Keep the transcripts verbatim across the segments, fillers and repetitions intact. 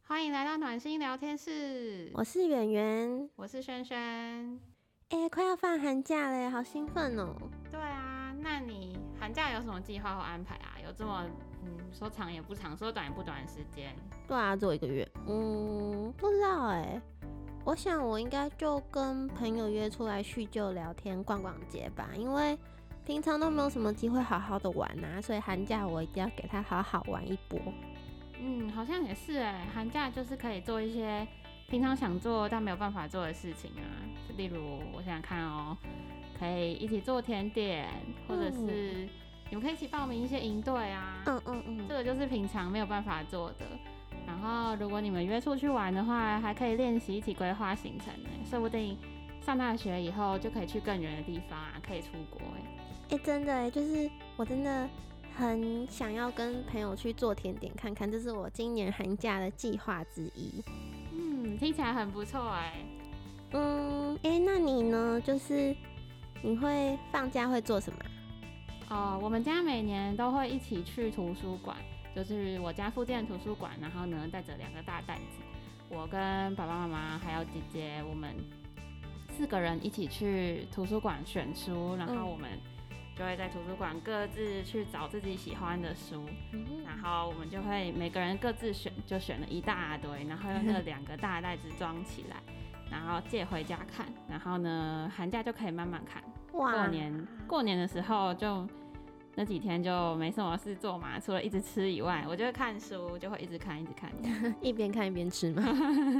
欢迎来到暖心聊天室， 我是圆圆， 我是轩轩。 哎，快要放寒假了，好兴奋哦！ 对啊，那你寒假有什么计划或安排啊？有这么嗯说长也不长，说短也不短的时间？ 对啊，只有一个月。嗯，不知道哎。我想我应该就跟朋友约出来叙旧、聊天、逛逛街吧，因为平常都没有什么机会好好的玩啊，所以寒假我一定要给他好好玩一波。 嗯，好像也是哎，寒假就是可以做一些平常想做但没有办法做的事情啊，例如我想想看哦，可以一起做甜点，或者是你们可以一起报名一些营队啊， 嗯嗯嗯， 这个就是平常没有办法做的。然后如果你们约出去玩的话，还可以练习一起规划行程呢，说不定上大学以后就可以去更远的地方啊，可以出国哎。 哎、欸，真的哎，就是我真的很想要跟朋友去做甜点看看，这是我今年寒假的计划之一。 嗯，听起来很不错哎。 嗯，哎、欸，那你呢？就是你会放假会做什么？ 哦，我们家每年都会一起去图书馆，就是我家附近的图书馆，然后呢带着两个大袋子，我跟爸爸妈妈还有姐姐，我们四个人一起去图书馆选书，然后我们就会在图书馆各自去找自己喜欢的书，嗯、然后我们就会每个人各自选，就选了一大堆，然后用那两个大袋子装起来，然后借回家看，然后呢寒假就可以慢慢看。过年过年的时候就那几天就没什么事做嘛，除了一直吃以外，我就会看书，就会一直看一直看， 一边看一边吃吗？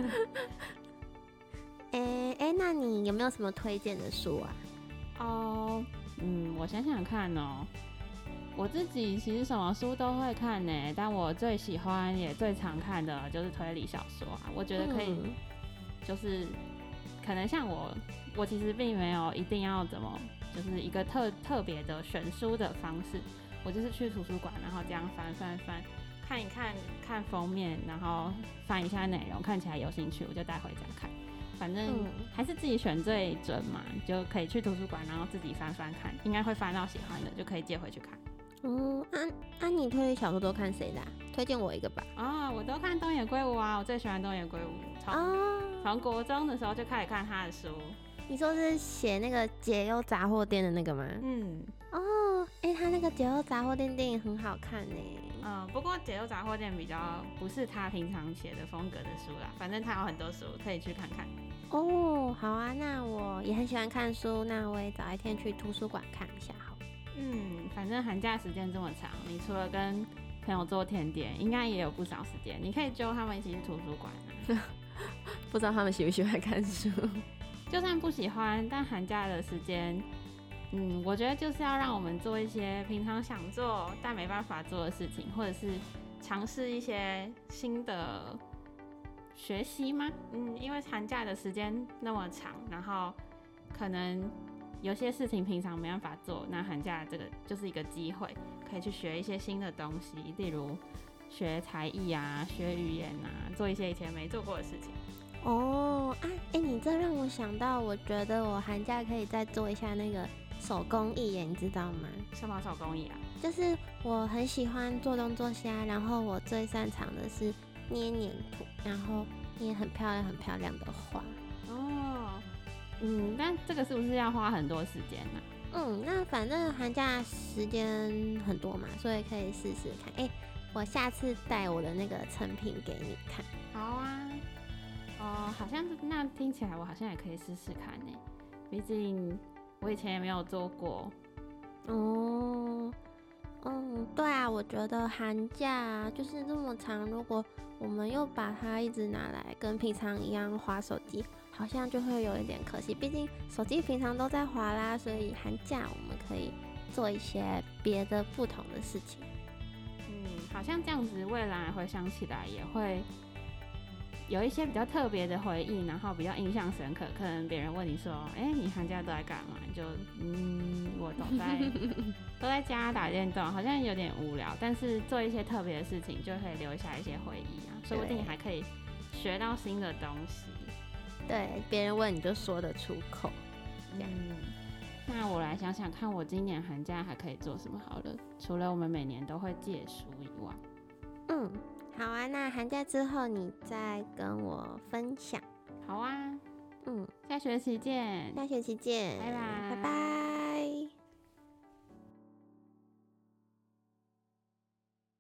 哎哎、欸欸，那你有没有什么推荐的书啊？ 哦，嗯，我想想看哦，我自己其实什么书都会看呢，但我最喜欢也最常看的就是推理小说啊，我觉得可以，嗯、就是可能像我，我其实并没有一定要怎么。就是一个特特别的选书的方式，我就是去图书馆，然后这样翻翻翻，看一看看封面，然后翻一下内容，看起来有兴趣我就带回家看。反正还是自己选最准嘛，就可以去图书馆，然后自己翻翻看，应该会翻到喜欢的，就可以借回去看。 嗯，安、啊、安、啊，你推理小说都看谁的、啊？推荐我一个吧。 啊、哦，我都看东野圭吾啊，我最喜欢东野圭吾，从从、哦、国中的时候就开始看他的书。 你说是写那个解忧杂货店的那个吗？嗯，哦，哎、欸，他那个解忧杂货店电影很好看呢。 嗯，不过解忧杂货店比较不是他平常写的风格的书啦，反正他有很多书可以去看看。 哦，好啊，那我也很喜欢看书，那我也找一天去图书馆看一下好。 嗯，反正寒假时间这么长，你除了跟朋友做甜点，应该也有不少时间，你可以揪他们一起去图书馆啊。 不知道他们喜不喜欢看书？ 就算不喜欢，但寒假的时间，嗯，我觉得就是要让我们做一些平常想做但没办法做的事情，或者是尝试一些新的学习吗？嗯，因为寒假的时间那么长，然后可能有些事情平常没办法做，那寒假这个就是一个机会，可以去学一些新的东西，例如学才艺啊、学语言啊，做一些以前没做过的事情。 哦啊，哎、欸，你这让我想到，我觉得我寒假可以再做一下那个手工艺耶，你知道吗？ 什么手工艺啊？ 就是我很喜欢做东做西啊，然后我最擅长的是捏黏土，然后捏很漂亮很漂亮的花。 哦，嗯，但这个是不是要花很多时间呢、 啊？嗯，那反正寒假时间很多嘛，所以可以试试看。哎、欸，我下次带我的那个成品给你看。 好啊。哦，好像那听起来我好像也可以试试看呢，毕竟我以前也没有做过。 哦，嗯，对啊，我觉得寒假就是这么长，如果我们又把它一直拿来跟平常一样滑手机，好像就会有一点可惜。毕竟手机平常都在滑啦，所以寒假我们可以做一些别的不同的事情。 嗯，好像这样子未来回想起来也会有一些比较特别的回忆，然后比较印象深刻。可能别人问你说：“哎、欸，你寒假都在干嘛？”就嗯，我都在都在家打电动，好像有点无聊。但是做一些特别的事情，就可以留下一些回忆啊，说不定还可以学到新的东西。 对，别人问你就说得出口。这样。 嗯，那我来想想看，我今年寒假还可以做什么好了？除了我们每年都会借书以外， 嗯。 好啊，那寒假之后你再跟我分享。 好啊， 嗯， 下学期见， 下学期见， 拜拜， 拜拜。